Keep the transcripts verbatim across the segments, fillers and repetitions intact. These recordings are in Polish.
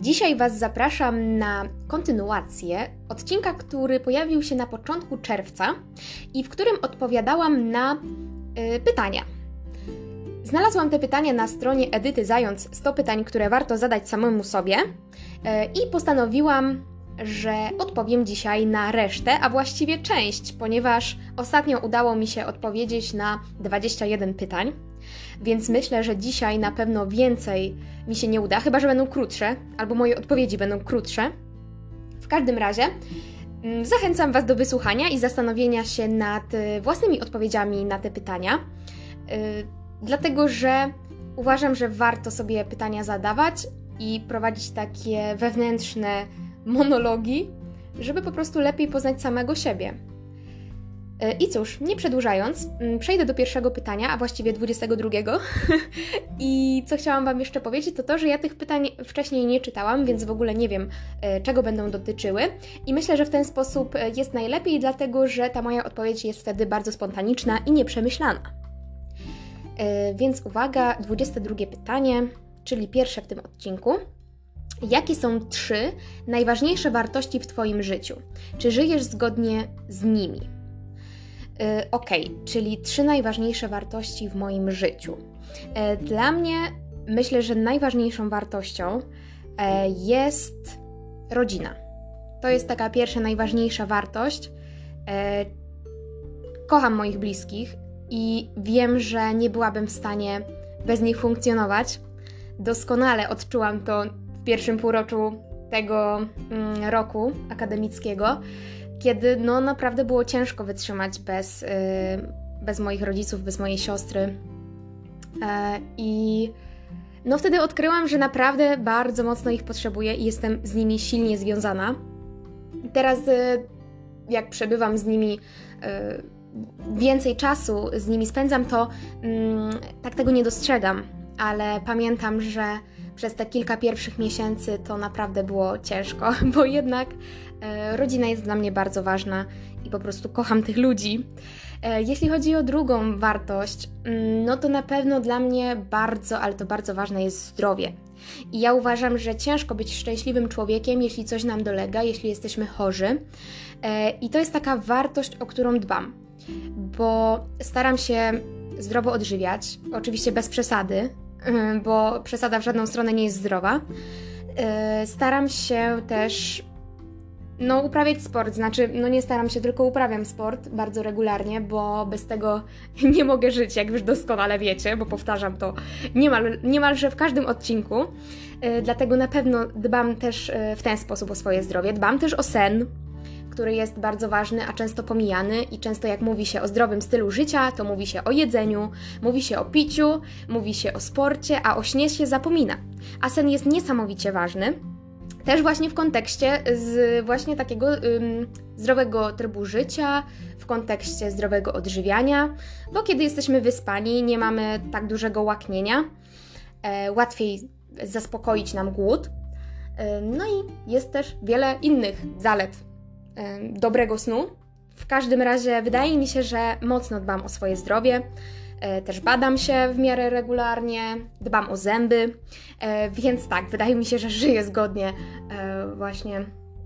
Dzisiaj Was zapraszam na kontynuację odcinka, który pojawił się na początku czerwca i w którym odpowiadałam na y, pytania. Znalazłam te pytania na stronie Edyty Zając sto pytań, które warto zadać samemu sobie y, i postanowiłam, że odpowiem dzisiaj na resztę, a właściwie część, ponieważ ostatnio udało mi się odpowiedzieć na dwadzieścia jeden pytań, więc myślę, że dzisiaj na pewno więcej mi się nie uda, chyba że będą krótsze, albo moje odpowiedzi będą krótsze. W każdym razie zachęcam Was do wysłuchania i zastanowienia się nad własnymi odpowiedziami na te pytania, yy, dlatego że uważam, że warto sobie pytania zadawać i prowadzić takie wewnętrzne monologi, żeby po prostu lepiej poznać samego siebie. I cóż, nie przedłużając, przejdę do pierwszego pytania, a właściwie dwudziestego drugiego. I co chciałam Wam jeszcze powiedzieć, to to, że ja tych pytań wcześniej nie czytałam, więc w ogóle nie wiem, czego będą dotyczyły. I myślę, że w ten sposób jest najlepiej, dlatego że ta moja odpowiedź jest wtedy bardzo spontaniczna i nieprzemyślana. Więc uwaga, dwudzieste drugie pytanie, czyli pierwsze w tym odcinku. Jakie są trzy najważniejsze wartości w Twoim życiu? Czy żyjesz zgodnie z nimi? Yy, ok, czyli trzy najważniejsze wartości w moim życiu. Yy, dla mnie myślę, że najważniejszą wartością yy, jest rodzina. To jest taka pierwsza, najważniejsza wartość. Yy, kocham moich bliskich i wiem, że nie byłabym w stanie bez nich funkcjonować. Doskonale odczułam to w pierwszym półroczu tego mm, roku akademickiego, kiedy no naprawdę było ciężko wytrzymać bez, yy, bez moich rodziców, bez mojej siostry. Yy, I no wtedy odkryłam, że naprawdę bardzo mocno ich potrzebuję i jestem z nimi silnie związana. Teraz yy, jak przebywam z nimi yy, więcej czasu, z nimi spędzam, to yy, tak tego nie dostrzegam, ale pamiętam, że przez te kilka pierwszych miesięcy to naprawdę było ciężko, bo jednak e, rodzina jest dla mnie bardzo ważna i po prostu kocham tych ludzi. E, jeśli chodzi o drugą wartość, mm, no to na pewno dla mnie bardzo, ale to bardzo ważne jest zdrowie. I ja uważam, że ciężko być szczęśliwym człowiekiem, jeśli coś nam dolega, jeśli jesteśmy chorzy. E, I to jest taka wartość, o którą dbam, bo staram się zdrowo odżywiać, oczywiście bez przesady, bo przesada w żadną stronę nie jest zdrowa. Staram się też no, uprawiać sport, znaczy no nie staram się, tylko uprawiam sport bardzo regularnie, bo bez tego nie mogę żyć, jak już doskonale wiecie, bo powtarzam to niemal, niemalże w każdym odcinku. Dlatego na pewno dbam też w ten sposób o swoje zdrowie. Dbam też o sen, który jest bardzo ważny, a często pomijany i często jak mówi się o zdrowym stylu życia, to mówi się o jedzeniu, mówi się o piciu, mówi się o sporcie, a o śnie się zapomina. A sen jest niesamowicie ważny, też właśnie w kontekście z właśnie takiego ym, zdrowego trybu życia, w kontekście zdrowego odżywiania, bo kiedy jesteśmy wyspani, nie mamy tak dużego łaknienia, e, łatwiej zaspokoić nam głód. E, no i jest też wiele innych zalet dobrego snu. W każdym razie wydaje mi się, że mocno dbam o swoje zdrowie, też badam się w miarę regularnie, dbam o zęby, więc tak, wydaje mi się, że żyję zgodnie właśnie,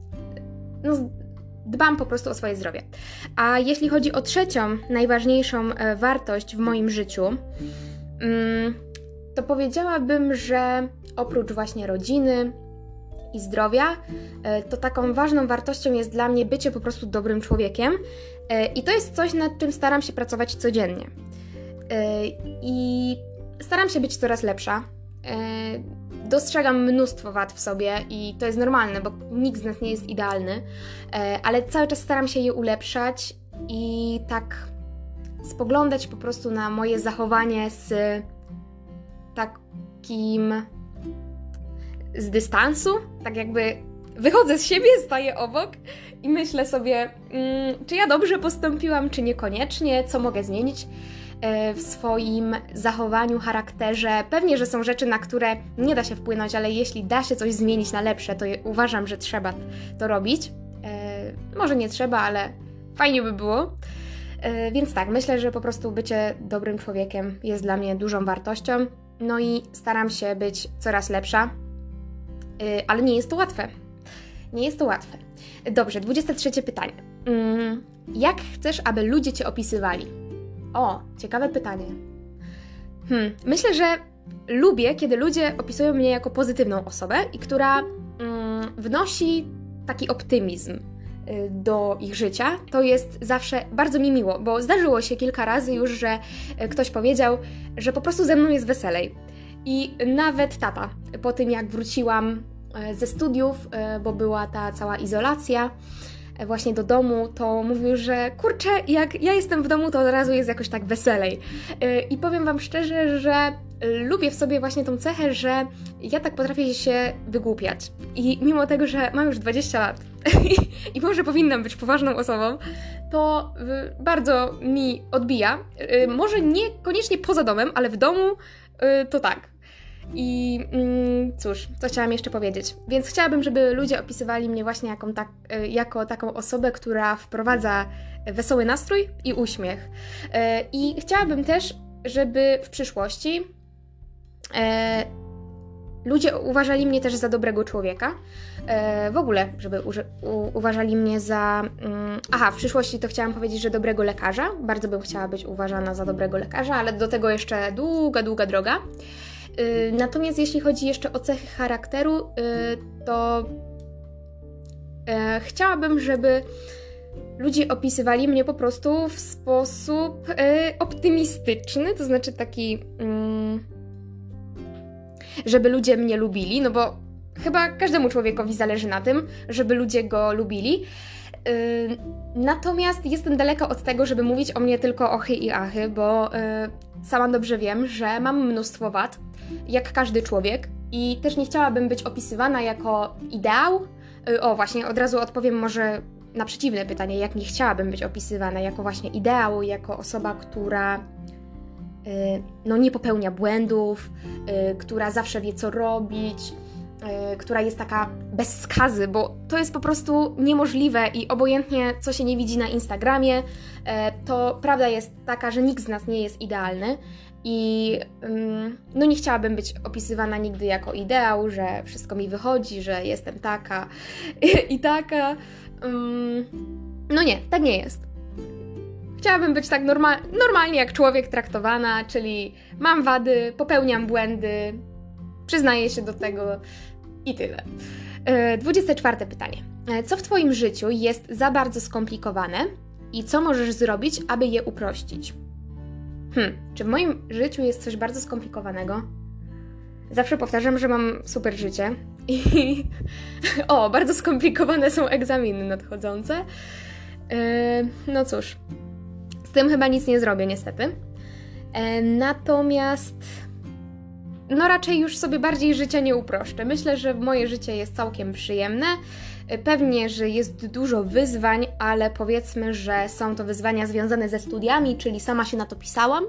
no dbam po prostu o swoje zdrowie. A jeśli chodzi o trzecią, najważniejszą wartość w moim życiu, to powiedziałabym, że oprócz właśnie rodziny i zdrowia, to taką ważną wartością jest dla mnie bycie po prostu dobrym człowiekiem i to jest coś, nad czym staram się pracować codziennie. I staram się być coraz lepsza. Dostrzegam mnóstwo wad w sobie i to jest normalne, bo nikt z nas nie jest idealny, ale cały czas staram się je ulepszać i tak spoglądać po prostu na moje zachowanie z takim z dystansu, tak jakby wychodzę z siebie, staję obok i myślę sobie, mm, czy ja dobrze postąpiłam, czy niekoniecznie, co mogę zmienić w swoim zachowaniu, charakterze. Pewnie, że są rzeczy, na które nie da się wpłynąć, ale jeśli da się coś zmienić na lepsze, to uważam, że trzeba to robić. E, może nie trzeba, ale fajnie by było. E, więc tak, myślę, że po prostu bycie dobrym człowiekiem jest dla mnie dużą wartością. No i staram się być coraz lepsza. ale nie jest to łatwe. Nie jest to łatwe. Dobrze, dwudzieste trzecie pytanie. Jak chcesz, aby ludzie Cię opisywali? O, ciekawe pytanie. Hmm, myślę, że lubię, kiedy ludzie opisują mnie jako pozytywną osobę i która mm, wnosi taki optymizm do ich życia. To jest zawsze bardzo mi miło, bo zdarzyło się kilka razy już, że ktoś powiedział, że po prostu ze mną jest weselej. I nawet tata, po tym jak wróciłam ze studiów, bo była ta cała izolacja właśnie do domu, to mówił, że kurczę, jak ja jestem w domu, to od razu jest jakoś tak weselej. I powiem Wam szczerze, że lubię w sobie właśnie tą cechę, że ja tak potrafię się wygłupiać. I mimo tego, że mam już dwadzieścia lat i może powinnam być poważną osobą, to bardzo mi odbija. Może niekoniecznie poza domem, ale w domu to tak. I mm, cóż, co chciałam jeszcze powiedzieć. Więc chciałabym, żeby ludzie opisywali mnie właśnie jako, tak, jako taką osobę, która wprowadza wesoły nastrój i uśmiech. I chciałabym też, żeby w przyszłości e, ludzie uważali mnie też za dobrego człowieka. E, w ogóle, żeby uży, u, uważali mnie za... Mm, aha, w przyszłości to chciałam powiedzieć, że dobrego lekarza. Bardzo bym chciała być uważana za dobrego lekarza, ale do tego jeszcze długa, długa droga. Natomiast jeśli chodzi jeszcze o cechy charakteru, to chciałabym, żeby ludzie opisywali mnie po prostu w sposób optymistyczny, to znaczy taki, żeby ludzie mnie lubili, no bo chyba każdemu człowiekowi zależy na tym, żeby ludzie go lubili. Natomiast jestem daleka od tego, żeby mówić o mnie tylko ochy i achy, bo sama dobrze wiem, że mam mnóstwo wad, jak każdy człowiek, i też nie chciałabym być opisywana jako ideał. O, właśnie, od razu odpowiem może na przeciwne pytanie, jak nie chciałabym być opisywana jako właśnie ideał, jako osoba, która no, nie popełnia błędów, która zawsze wie, co robić, która jest taka bez skazy, bo to jest po prostu niemożliwe i obojętnie, co się nie widzi na Instagramie, to prawda jest taka, że nikt z nas nie jest idealny i no nie chciałabym być opisywana nigdy jako ideał, że wszystko mi wychodzi, że jestem taka i taka. No nie, tak nie jest. Chciałabym być tak normal, normalnie jak człowiek traktowana, czyli mam wady, popełniam błędy, przyznaję się do tego i tyle. dwudzieste czwarte pytanie. Co w Twoim życiu jest za bardzo skomplikowane i co możesz zrobić, aby je uprościć? Hmm, czy w moim życiu jest coś bardzo skomplikowanego? Zawsze powtarzam, że mam super życie i o, bardzo skomplikowane są egzaminy nadchodzące. Yy, no cóż, z tym chyba nic nie zrobię niestety. Yy, natomiast no raczej już sobie bardziej życia nie uproszczę. Myślę, że moje życie jest całkiem przyjemne. Pewnie, że jest dużo wyzwań, ale powiedzmy, że są to wyzwania związane ze studiami, czyli sama się na to pisałam.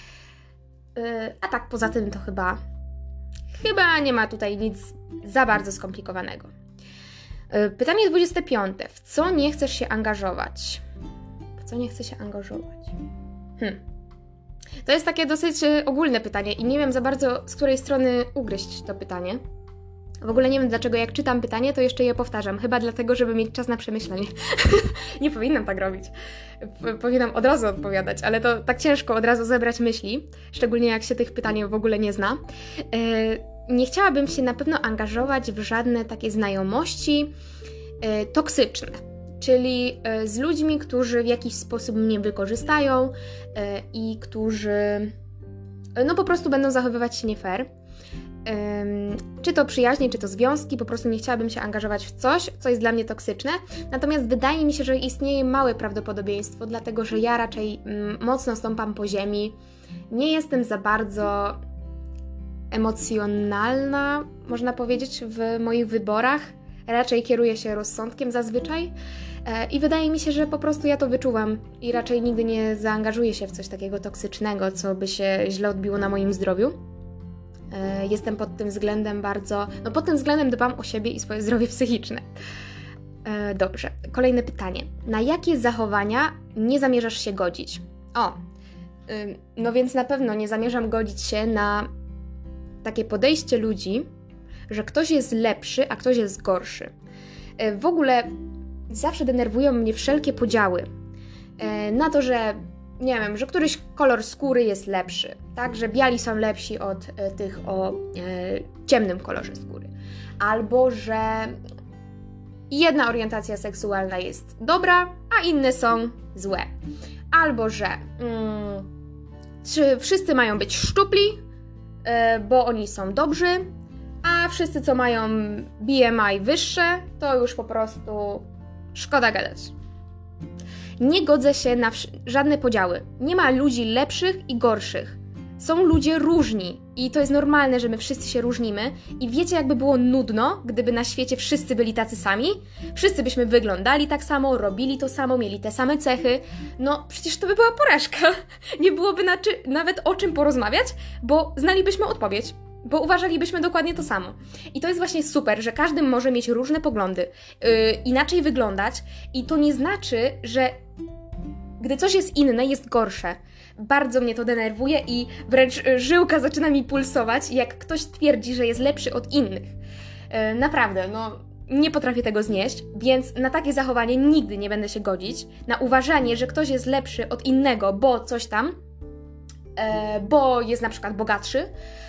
A tak poza tym to chyba, chyba nie ma tutaj nic za bardzo skomplikowanego. Pytanie dwudzieste piąte. W co nie chcesz się angażować? W co nie chcę się angażować? Hmm. To jest takie dosyć ogólne pytanie i nie wiem za bardzo, z której strony ugryźć to pytanie. W ogóle nie wiem dlaczego, jak czytam pytanie, to jeszcze je powtarzam. Chyba dlatego, żeby mieć czas na przemyślenie. Nie powinnam tak robić. Powinnam od razu odpowiadać, ale to tak ciężko od razu zebrać myśli, szczególnie jak się tych pytań w ogóle nie zna. Nie chciałabym się na pewno angażować w żadne takie znajomości toksyczne, czyli z ludźmi, którzy w jakiś sposób mnie wykorzystają i którzy no po prostu będą zachowywać się nie fair. Czy to przyjaźnie, czy to związki, po prostu nie chciałabym się angażować w coś, co jest dla mnie toksyczne. Natomiast wydaje mi się, że istnieje małe prawdopodobieństwo, dlatego że ja raczej mm, mocno stąpam po ziemi. Nie jestem za bardzo emocjonalna, można powiedzieć, w moich wyborach. Raczej kieruję się rozsądkiem zazwyczaj i wydaje mi się, że po prostu ja to wyczuwam i raczej nigdy nie zaangażuję się w coś takiego toksycznego, co by się źle odbiło na moim zdrowiu. Jestem pod tym względem bardzo... No pod tym względem dbam o siebie i swoje zdrowie psychiczne. Dobrze, kolejne pytanie. Na jakie zachowania nie zamierzasz się godzić? O, no więc na pewno nie zamierzam godzić się na takie podejście ludzi, że ktoś jest lepszy, a ktoś jest gorszy. W ogóle zawsze denerwują mnie wszelkie podziały na to, że nie wiem, że któryś kolor skóry jest lepszy, tak, że biali są lepsi od tych o e, ciemnym kolorze skóry, albo że jedna orientacja seksualna jest dobra, a inne są złe, albo że mm, czy wszyscy mają być szczupli, e, bo oni są dobrzy, a wszyscy, co mają B M I wyższe, to już po prostu szkoda gadać. Nie godzę się na wsz- żadne podziały. Nie ma ludzi lepszych i gorszych. Są ludzie różni i to jest normalne, że my wszyscy się różnimy i wiecie, jakby było nudno, gdyby na świecie wszyscy byli tacy sami? Wszyscy byśmy wyglądali tak samo, robili to samo, mieli te same cechy. No przecież to by była porażka. Nie byłoby na czy- nawet o czym porozmawiać, bo znalibyśmy odpowiedź. Bo uważalibyśmy dokładnie to samo. I to jest właśnie super, że każdy może mieć różne poglądy, yy, inaczej wyglądać i to nie znaczy, że gdy coś jest inne, jest gorsze. Bardzo mnie to denerwuje i wręcz żyłka zaczyna mi pulsować, jak ktoś twierdzi, że jest lepszy od innych. Yy, naprawdę, no nie potrafię tego znieść, więc na takie zachowanie nigdy nie będę się godzić. Na uważanie, że ktoś jest lepszy od innego, bo coś tam, yy, bo jest na przykład bogatszy,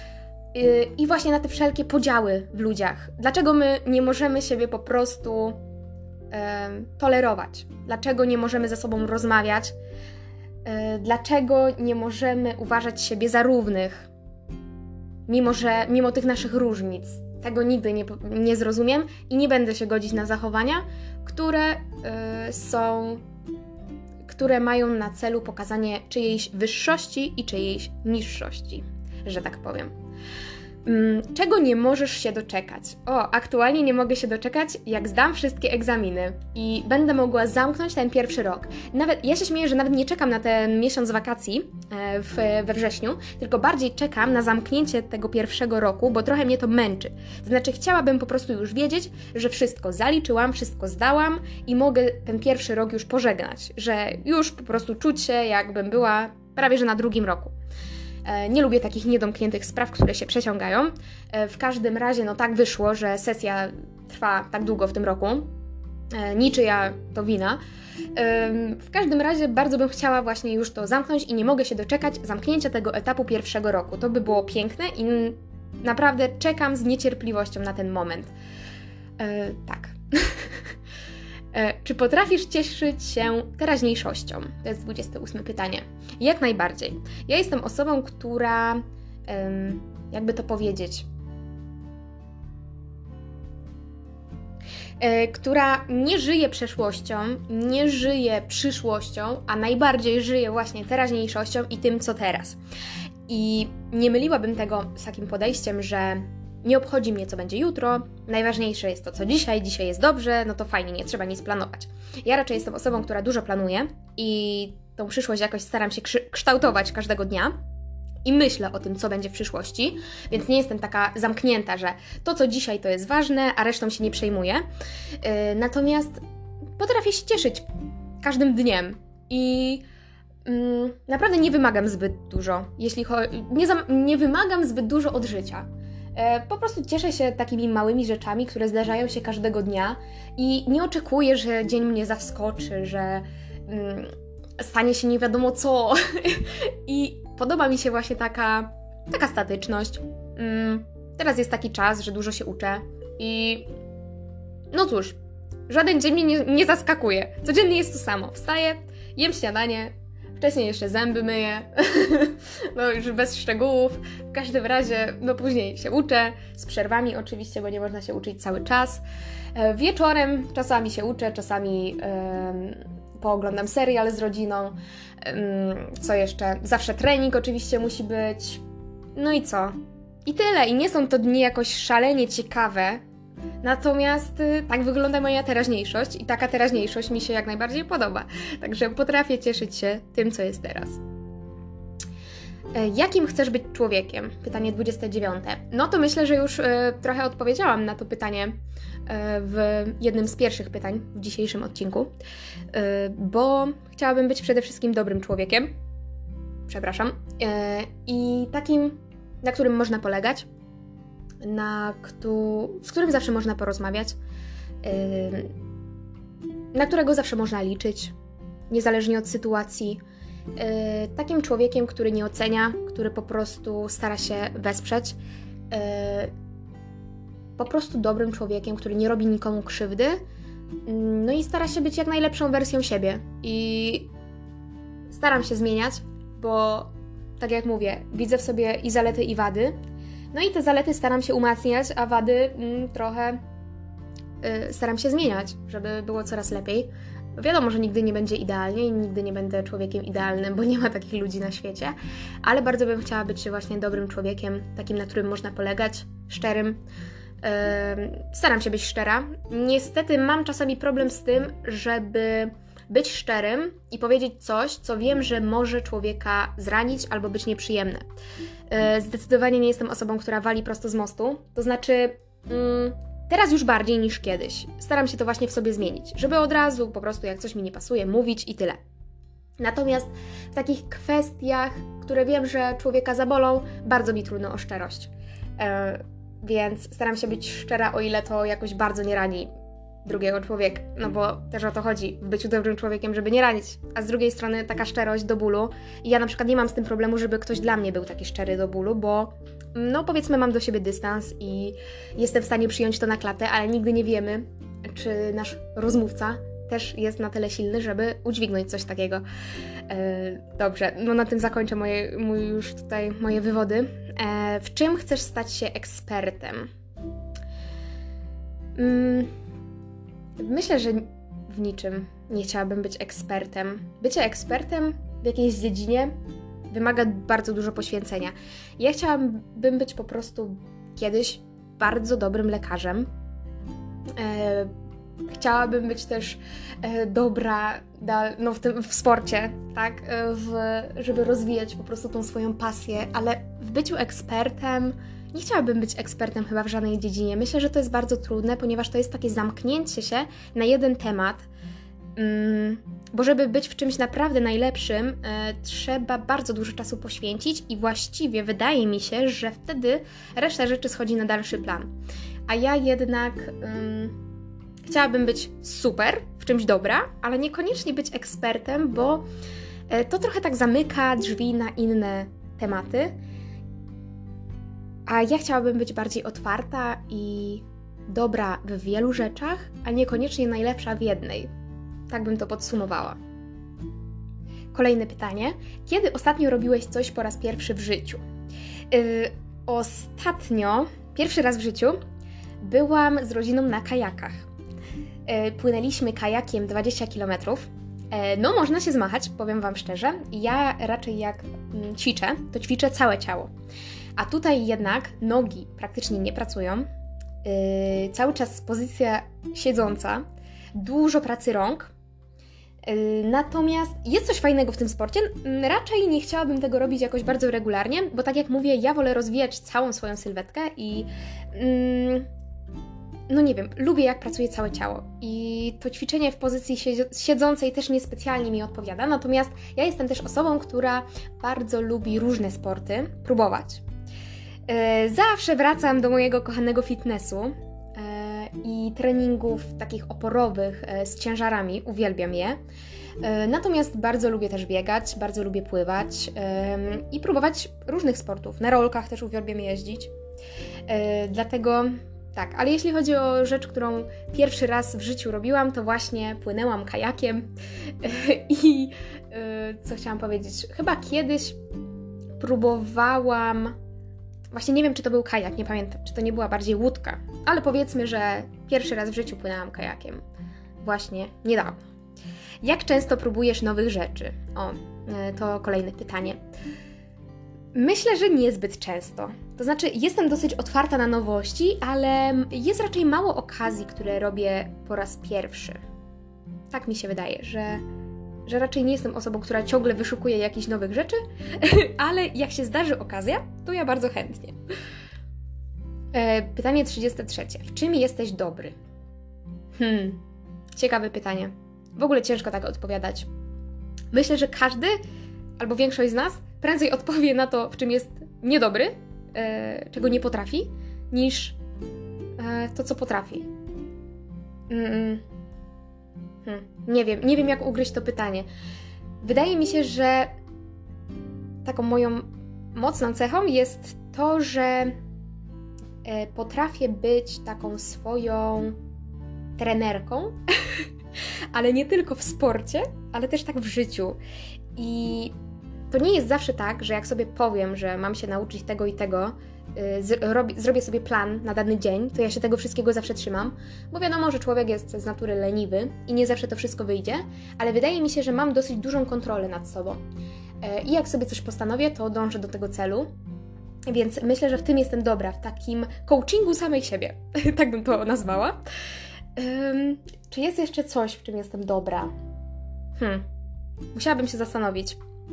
i właśnie na te wszelkie podziały w ludziach. Dlaczego my nie możemy siebie po prostu e, tolerować? Dlaczego nie możemy ze sobą rozmawiać? E, dlaczego nie możemy uważać siebie za równych? Mimo, że, mimo tych naszych różnic. Tego nigdy nie, nie zrozumiem i nie będę się godzić na zachowania, które e, są... które mają na celu pokazanie czyjejś wyższości i czyjejś niższości, że tak powiem. Czego nie możesz się doczekać? O, aktualnie nie mogę się doczekać, jak zdam wszystkie egzaminy i będę mogła zamknąć ten pierwszy rok. Nawet, ja się śmieję, że nawet nie czekam na ten miesiąc wakacji w, we wrześniu, tylko bardziej czekam na zamknięcie tego pierwszego roku, bo trochę mnie to męczy. To znaczy chciałabym po prostu już wiedzieć, że wszystko zaliczyłam, wszystko zdałam i mogę ten pierwszy rok już pożegnać, że już po prostu czuć się, jakbym była prawie że na drugim roku. Nie lubię takich niedomkniętych spraw, które się przeciągają. W każdym razie, no tak wyszło, że sesja trwa tak długo w tym roku. Niczyja to wina. W każdym razie bardzo bym chciała właśnie już to zamknąć i nie mogę się doczekać zamknięcia tego etapu pierwszego roku. To by było piękne i naprawdę czekam z niecierpliwością na ten moment. E, tak. Czy potrafisz cieszyć się teraźniejszością? To jest dwudzieste ósme pytanie. Jak najbardziej. Ja jestem osobą, która, jakby to powiedzieć, która nie żyje przeszłością, nie żyje przyszłością, a najbardziej żyje właśnie teraźniejszością i tym, co teraz. I nie myliłabym tego z takim podejściem, że nie obchodzi mnie, co będzie jutro, najważniejsze jest to, co dzisiaj, dzisiaj jest dobrze, no to fajnie, nie trzeba nic planować. Ja raczej jestem osobą, która dużo planuje i tą przyszłość jakoś staram się kształtować każdego dnia i myślę o tym, co będzie w przyszłości, więc nie jestem taka zamknięta, że to, co dzisiaj, to jest ważne, a resztą się nie przejmuję. Yy, natomiast potrafię się cieszyć każdym dniem i yy, naprawdę nie wymagam zbyt dużo, jeśli chodzi, nie, nie wymagam zbyt dużo od życia. Po prostu cieszę się takimi małymi rzeczami, które zdarzają się każdego dnia i nie oczekuję, że dzień mnie zaskoczy, że mm, stanie się nie wiadomo co. I podoba mi się właśnie taka, taka statyczność. Mm, teraz jest taki czas, że dużo się uczę i no cóż, żaden dzień mnie nie, nie zaskakuje. Codziennie jest to samo. Wstaję, jem śniadanie, wcześniej jeszcze zęby myję, no już bez szczegółów. W każdym razie, no później się uczę, z przerwami oczywiście, bo nie można się uczyć cały czas. Wieczorem czasami się uczę, czasami um, pooglądam serial z rodziną. Um, co jeszcze? Zawsze trening oczywiście musi być. No i co? I tyle. I nie są to dni jakoś szalenie ciekawe, natomiast y, tak wygląda moja teraźniejszość i taka teraźniejszość mi się jak najbardziej podoba. Także potrafię cieszyć się tym, co jest teraz. E, jakim chcesz być człowiekiem? Pytanie dwudzieste dziewiąte. No to myślę, że już y, trochę odpowiedziałam na to pytanie y, w jednym z pierwszych pytań w dzisiejszym odcinku, y, bo chciałabym być przede wszystkim dobrym człowiekiem. Przepraszam. Y, I takim, na którym można polegać. na któ- z którym zawsze można porozmawiać, yy, na którego zawsze można liczyć, niezależnie od sytuacji. Yy, takim człowiekiem, który nie ocenia, który po prostu stara się wesprzeć. Yy, po prostu dobrym człowiekiem, który nie robi nikomu krzywdy. Yy, no i stara się być jak najlepszą wersją siebie. I staram się zmieniać, bo tak jak mówię, widzę w sobie i zalety, i wady. No i te zalety staram się umacniać, a wady mm, trochę yy, staram się zmieniać, żeby było coraz lepiej. Wiadomo, że nigdy nie będzie idealnie i nigdy nie będę człowiekiem idealnym, bo nie ma takich ludzi na świecie, ale bardzo bym chciała być właśnie dobrym człowiekiem, takim, na którym można polegać, szczerym. Yy, staram się być szczera. Niestety mam czasami problem z tym, żeby być szczerym i powiedzieć coś, co wiem, że może człowieka zranić albo być nieprzyjemne. Yy, zdecydowanie nie jestem osobą, która wali prosto z mostu, to znaczy yy, teraz już bardziej niż kiedyś. Staram się to właśnie w sobie zmienić, żeby od razu po prostu jak coś mi nie pasuje, mówić i tyle. Natomiast w takich kwestiach, które wiem, że człowieka zabolą, bardzo mi trudno o szczerość. Yy, więc staram się być szczera, o ile to jakoś bardzo nie rani drugiego człowieka, no bo też o to chodzi, w byciu dobrym człowiekiem, żeby nie ranić, a z drugiej strony taka szczerość do bólu. I ja na przykład nie mam z tym problemu, żeby ktoś dla mnie był taki szczery do bólu, bo no powiedzmy mam do siebie dystans i jestem w stanie przyjąć to na klatę, ale nigdy nie wiemy, czy nasz rozmówca też jest na tyle silny, żeby udźwignąć coś takiego. E, dobrze, no na tym zakończę moje, mój już tutaj moje wywody. E, w czym chcesz stać się ekspertem? Mm, Myślę, że w niczym nie chciałabym być ekspertem. Bycie ekspertem w jakiejś dziedzinie wymaga bardzo dużo poświęcenia. Ja chciałabym być po prostu kiedyś bardzo dobrym lekarzem. E, chciałabym być też e, dobra da, no w, tym, w sporcie, tak? E, w, żeby rozwijać po prostu tą swoją pasję, ale w byciu ekspertem nie chciałabym być ekspertem chyba w żadnej dziedzinie. Myślę, że to jest bardzo trudne, ponieważ to jest takie zamknięcie się na jeden temat, mm, bo żeby być w czymś naprawdę najlepszym, e, trzeba bardzo dużo czasu poświęcić i właściwie wydaje mi się, że wtedy reszta rzeczy schodzi na dalszy plan. A ja jednak mm, chciałabym być super, w czymś dobra, ale niekoniecznie być ekspertem, bo e, to trochę tak zamyka drzwi na inne tematy. A ja chciałabym być bardziej otwarta i dobra w wielu rzeczach, a niekoniecznie najlepsza w jednej. Tak bym to podsumowała. Kolejne pytanie. Kiedy ostatnio robiłeś coś po raz pierwszy w życiu? Yy, ostatnio, pierwszy raz w życiu, byłam z rodziną na kajakach. Yy, płynęliśmy kajakiem dwadzieścia kilometrów. Yy, no, można się zmachać, powiem Wam szczerze. Ja raczej jak mm, ćwiczę, to ćwiczę całe ciało. A tutaj jednak nogi praktycznie nie pracują, yy, cały czas pozycja siedząca, dużo pracy rąk. Yy, natomiast jest coś fajnego w tym sporcie, yy, raczej nie chciałabym tego robić jakoś bardzo regularnie, bo tak jak mówię, ja wolę rozwijać całą swoją sylwetkę i yy, no nie wiem, lubię jak pracuje całe ciało i to ćwiczenie w pozycji siedzącej też niespecjalnie mi odpowiada, natomiast ja jestem też osobą, która bardzo lubi różne sporty próbować. Zawsze wracam do mojego kochanego fitnessu i treningów takich oporowych z ciężarami, uwielbiam je. Natomiast bardzo lubię też biegać, bardzo lubię pływać i próbować różnych sportów. Na rolkach też uwielbiam jeździć. Dlatego tak, ale jeśli chodzi o rzecz, którą pierwszy raz w życiu robiłam, to właśnie płynęłam kajakiem i co chciałam powiedzieć, chyba kiedyś próbowałam. Właśnie nie wiem, czy to był kajak, nie pamiętam, czy to nie była bardziej łódka, ale powiedzmy, że pierwszy raz w życiu płynęłam kajakiem. Właśnie niedawno. Jak często próbujesz nowych rzeczy? O, to kolejne pytanie. Myślę, że niezbyt często. To znaczy, jestem dosyć otwarta na nowości, ale jest raczej mało okazji, które robię po raz pierwszy. Tak mi się wydaje, że, że raczej nie jestem osobą, która ciągle wyszukuje jakichś nowych rzeczy, ale jak się zdarzy okazja, to ja bardzo chętnie. E, pytanie trzydzieste trzecie. W czym jesteś dobry? Hmm, ciekawe pytanie. W ogóle ciężko tak odpowiadać. Myślę, że każdy, albo większość z nas, prędzej odpowie na to, w czym jest niedobry, e, czego nie potrafi, niż e, to, co potrafi. Mm, hmm, nie wiem, nie wiem jak ugryźć to pytanie. Wydaje mi się, że taką moją mocną cechą jest to, że e, potrafię być taką swoją trenerką, ale nie tylko w sporcie, ale też tak w życiu. I to nie jest zawsze tak, że jak sobie powiem, że mam się nauczyć tego i tego, yy, zrobię, zrobię sobie plan na dany dzień, to ja się tego wszystkiego zawsze trzymam, bo wiadomo, że człowiek jest z natury leniwy i nie zawsze to wszystko wyjdzie, ale wydaje mi się, że mam dosyć dużą kontrolę nad sobą. Yy, I jak sobie coś postanowię, to dążę do tego celu. Więc myślę, że w tym jestem dobra, w takim coachingu samej siebie, tak bym to nazwała. Ym, czy jest jeszcze coś, w czym jestem dobra? Hmm. Musiałabym się zastanowić.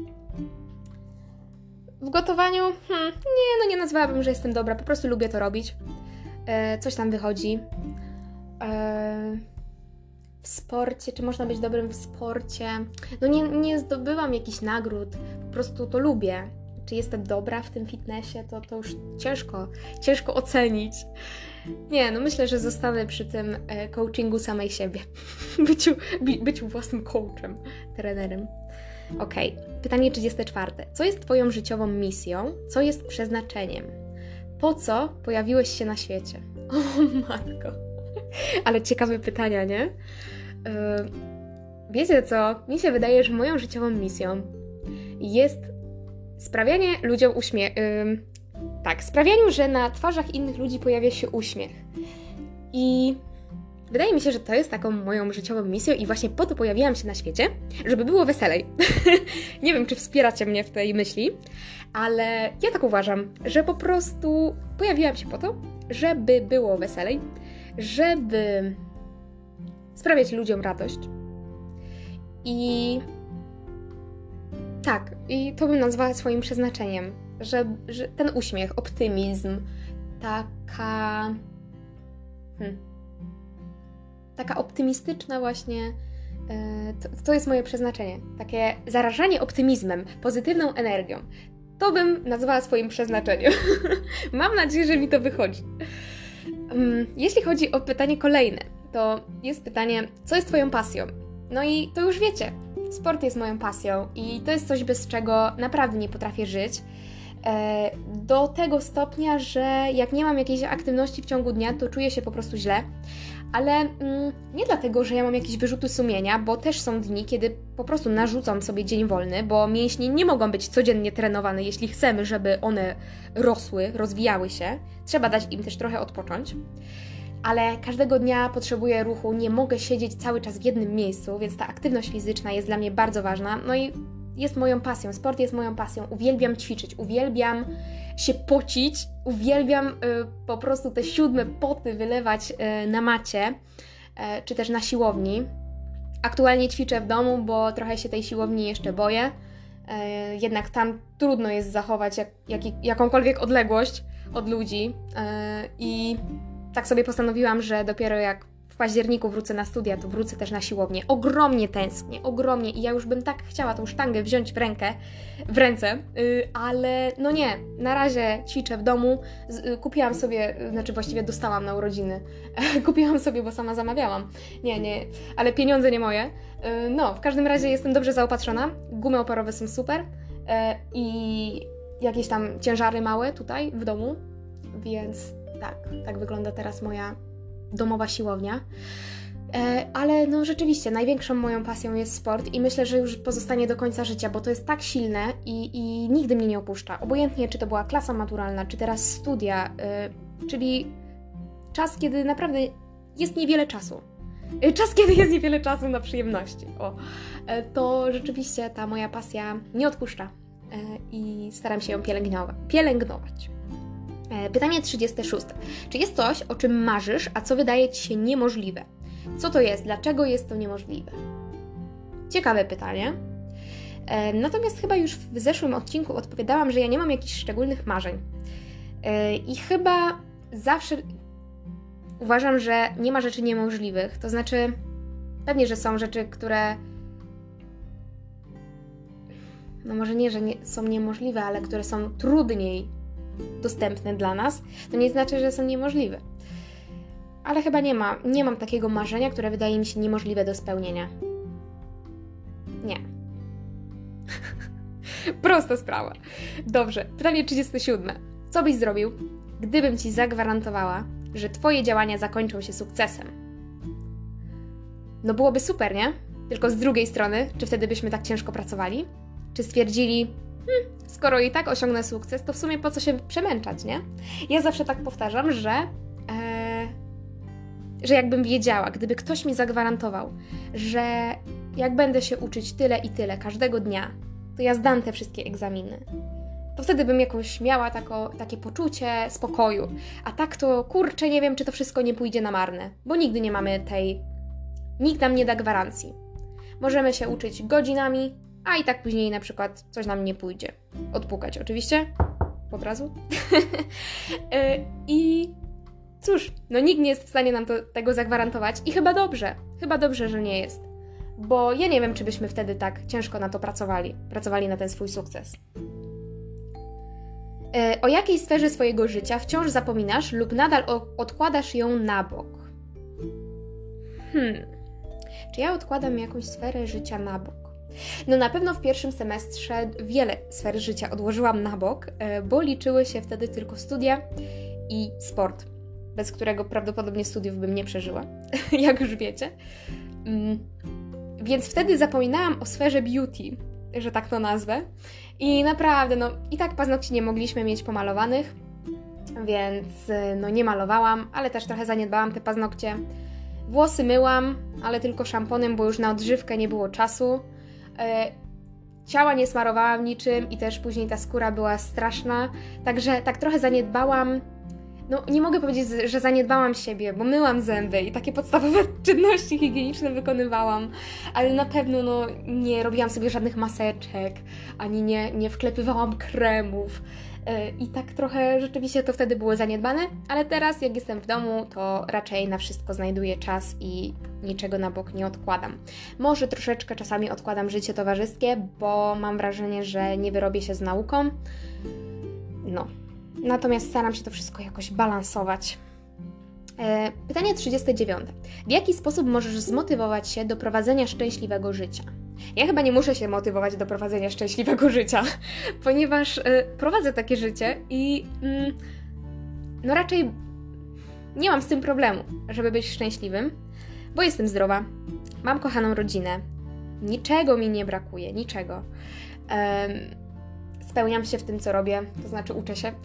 W gotowaniu? Hmm. Nie, no nie nazwałabym, że jestem dobra. Po prostu lubię to robić. E, coś tam wychodzi. E, w sporcie? Czy można być dobrym w sporcie? No nie, nie zdobyłam jakichś nagród. Po prostu to lubię. Czy jestem dobra w tym fitnessie? To, to już ciężko. Ciężko ocenić. Nie, no myślę, że zostanę przy tym e, coachingu samej siebie. byciu, by, byciu własnym coachem, trenerem. Okej, okay. Pytanie trzydzieste czwarte. Co jest Twoją życiową misją? Co jest przeznaczeniem? Po co pojawiłeś się na świecie? O matko. Ale ciekawe pytania, nie? Yy, wiecie co? Mi się wydaje, że moją życiową misją jest sprawianie ludziom uśmiech... Yy, Tak, sprawianiu, że na twarzach innych ludzi pojawia się uśmiech. I wydaje mi się, że to jest taką moją życiową misją i właśnie po to pojawiłam się na świecie, żeby było weselej. Nie wiem, czy wspieracie mnie w tej myśli, ale ja tak uważam, że po prostu pojawiłam się po to, żeby było weselej, żeby sprawiać ludziom radość. I tak, i to bym nazwała swoim przeznaczeniem. Że, że ten uśmiech, optymizm, taka hmm, taka optymistyczna właśnie, yy, to, to jest moje przeznaczenie. Takie zarażanie optymizmem, pozytywną energią. To bym nazwała swoim przeznaczeniem. Mam nadzieję, że mi to wychodzi. Um, jeśli chodzi o pytanie kolejne, to jest pytanie, co jest Twoją pasją? No i to już wiecie, sport jest moją pasją i to jest coś, bez czego naprawdę nie potrafię żyć. Do tego stopnia, że jak nie mam jakiejś aktywności w ciągu dnia, to czuję się po prostu źle. Ale mm, nie dlatego, że ja mam jakieś wyrzuty sumienia, bo też są dni, kiedy po prostu narzucam sobie dzień wolny, bo mięśnie nie mogą być codziennie trenowane, jeśli chcemy, żeby one rosły, rozwijały się. Trzeba dać im też trochę odpocząć. Ale każdego dnia potrzebuję ruchu, nie mogę siedzieć cały czas w jednym miejscu, więc ta aktywność fizyczna jest dla mnie bardzo ważna. No i jest moją pasją, sport jest moją pasją, uwielbiam ćwiczyć, uwielbiam się pocić, uwielbiam y, po prostu te siódme poty wylewać y, na macie, y, czy też na siłowni. Aktualnie ćwiczę w domu, bo trochę się tej siłowni jeszcze boję, y, jednak tam trudno jest zachować jak, jak, jakąkolwiek odległość od ludzi y, i tak sobie postanowiłam, że dopiero jak w październiku wrócę na studia, to wrócę też na siłownię. Ogromnie tęsknię, ogromnie i ja już bym tak chciała tą sztangę wziąć w rękę, w ręce, yy, ale no nie, na razie ćwiczę w domu. Z, yy, kupiłam sobie, yy, znaczy właściwie dostałam na urodziny. kupiłam sobie, bo sama zamawiałam. Nie, nie, ale pieniądze nie moje. Yy, no, w każdym razie jestem dobrze zaopatrzona. Gumy oporowe są super yy, i jakieś tam ciężary małe tutaj w domu, więc tak, tak wygląda teraz moja domowa siłownia, e, ale no rzeczywiście największą moją pasją jest sport i myślę, że już pozostanie do końca życia, bo to jest tak silne i, i nigdy mnie nie opuszcza. Obojętnie, czy to była klasa maturalna, czy teraz studia, e, czyli czas, kiedy naprawdę jest niewiele czasu. E, czas, kiedy jest niewiele czasu na przyjemności. O, e, to rzeczywiście ta moja pasja nie odpuszcza e, i staram się ją pielęgnować. pielęgnować. Pytanie trzydzieste szóste. Czy jest coś, o czym marzysz, a co wydaje Ci się niemożliwe? Co to jest? Dlaczego jest to niemożliwe? Ciekawe pytanie. Natomiast chyba już w zeszłym odcinku odpowiadałam, że ja nie mam jakichś szczególnych marzeń. I chyba zawsze uważam, że nie ma rzeczy niemożliwych. To znaczy, pewnie, że są rzeczy, które no może nie, że nie, są niemożliwe, ale które są trudniej dostępne dla nas, to nie znaczy, że są niemożliwe. Ale chyba nie ma, nie mam takiego marzenia, które wydaje mi się niemożliwe do spełnienia. Nie. Prosta sprawa. Dobrze, pytanie trzydzieste siódme. Co byś zrobił, gdybym Ci zagwarantowała, że Twoje działania zakończą się sukcesem? No byłoby super, nie? Tylko z drugiej strony, czy wtedy byśmy tak ciężko pracowali? Czy stwierdzili, hm, skoro i tak osiągnę sukces, to w sumie po co się przemęczać, nie? Ja zawsze tak powtarzam, że, e, że jakbym wiedziała, gdyby ktoś mi zagwarantował, że jak będę się uczyć tyle i tyle każdego dnia, to ja zdam te wszystkie egzaminy, to wtedy bym jakoś miała tako, takie poczucie spokoju. A tak to, kurczę, nie wiem, czy to wszystko nie pójdzie na marne, bo nigdy nie mamy tej... Nikt nam nie da gwarancji. Możemy się uczyć godzinami, a i tak później na przykład coś nam nie pójdzie. Odpukać oczywiście, od razu. I cóż, no nikt nie jest w stanie nam to, tego zagwarantować i chyba dobrze, chyba dobrze, że nie jest. Bo ja nie wiem, czy byśmy wtedy tak ciężko na to pracowali, pracowali na ten swój sukces. O jakiej sferze swojego życia wciąż zapominasz lub nadal odkładasz ją na bok? Hmm, czy ja odkładam jakąś sferę życia na bok? No na pewno w pierwszym semestrze wiele sfer życia odłożyłam na bok, bo liczyły się wtedy tylko studia i sport, bez którego prawdopodobnie studiów bym nie przeżyła, jak już wiecie. Więc wtedy zapominałam o sferze beauty, że tak to nazwę. I naprawdę, no i tak paznokci nie mogliśmy mieć pomalowanych, więc no nie malowałam, ale też trochę zaniedbałam te paznokcie. Włosy myłam, ale tylko szamponem, bo już na odżywkę nie było czasu. E, ciała nie smarowałam niczym i też później ta skóra była straszna, także tak trochę zaniedbałam. No nie mogę powiedzieć, że zaniedbałam siebie, bo myłam zęby i takie podstawowe czynności higieniczne wykonywałam, ale na pewno no, nie robiłam sobie żadnych maseczek, ani nie, nie wklepywałam kremów. I tak trochę rzeczywiście to wtedy było zaniedbane, ale teraz jak jestem w domu, to raczej na wszystko znajduję czas i niczego na bok nie odkładam. Może troszeczkę czasami odkładam życie towarzyskie, bo mam wrażenie, że nie wyrobię się z nauką. No, natomiast staram się to wszystko jakoś balansować. Pytanie trzydzieste dziewiąte. W jaki sposób możesz zmotywować się do prowadzenia szczęśliwego życia? Ja chyba nie muszę się motywować do prowadzenia szczęśliwego życia, ponieważ y, prowadzę takie życie i y, no raczej nie mam z tym problemu, żeby być szczęśliwym, bo jestem zdrowa, mam kochaną rodzinę, niczego mi nie brakuje, niczego. Y, spełniam się w tym, co robię, to znaczy uczę się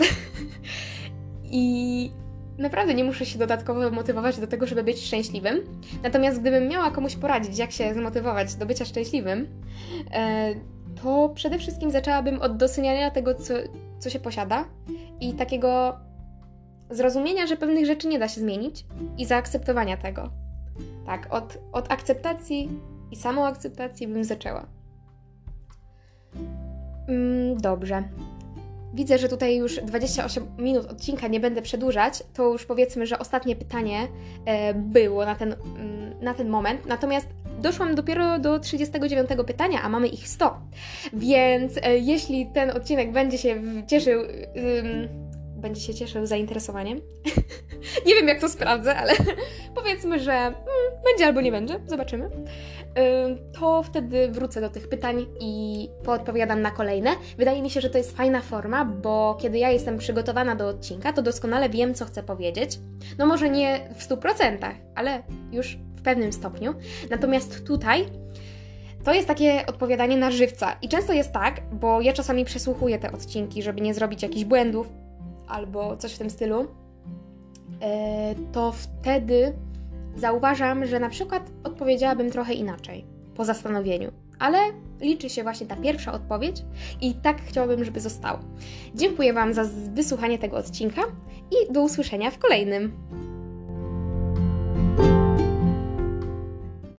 i naprawdę nie muszę się dodatkowo motywować do tego, żeby być szczęśliwym. Natomiast gdybym miała komuś poradzić, jak się zmotywować do bycia szczęśliwym, to przede wszystkim zaczęłabym od doceniania tego, co, co się posiada i takiego zrozumienia, że pewnych rzeczy nie da się zmienić i zaakceptowania tego. Tak, od, od akceptacji i samoakceptacji bym zaczęła. Dobrze. Widzę, że tutaj już dwadzieścia osiem minut odcinka, nie będę przedłużać, to już powiedzmy, że ostatnie pytanie e, było na ten, na ten moment, natomiast doszłam dopiero do trzydziestego dziewiątego pytania, a mamy ich sto, więc e, jeśli ten odcinek będzie się cieszył, ym, będzie się cieszył zainteresowaniem, nie wiem jak to sprawdzę, ale powiedzmy, że mm, będzie albo nie będzie, zobaczymy, to wtedy wrócę do tych pytań i poodpowiadam na kolejne. Wydaje mi się, że to jest fajna forma, bo kiedy ja jestem przygotowana do odcinka, to doskonale wiem, co chcę powiedzieć. No może nie w stu procentach, ale już w pewnym stopniu. Natomiast tutaj to jest takie odpowiadanie na żywca. I często jest tak, bo ja czasami przesłuchuję te odcinki, żeby nie zrobić jakichś błędów albo coś w tym stylu, to wtedy zauważam, że na przykład odpowiedziałabym trochę inaczej, po zastanowieniu, ale liczy się właśnie ta pierwsza odpowiedź i tak chciałabym, żeby zostało. Dziękuję Wam za wysłuchanie tego odcinka i do usłyszenia w kolejnym.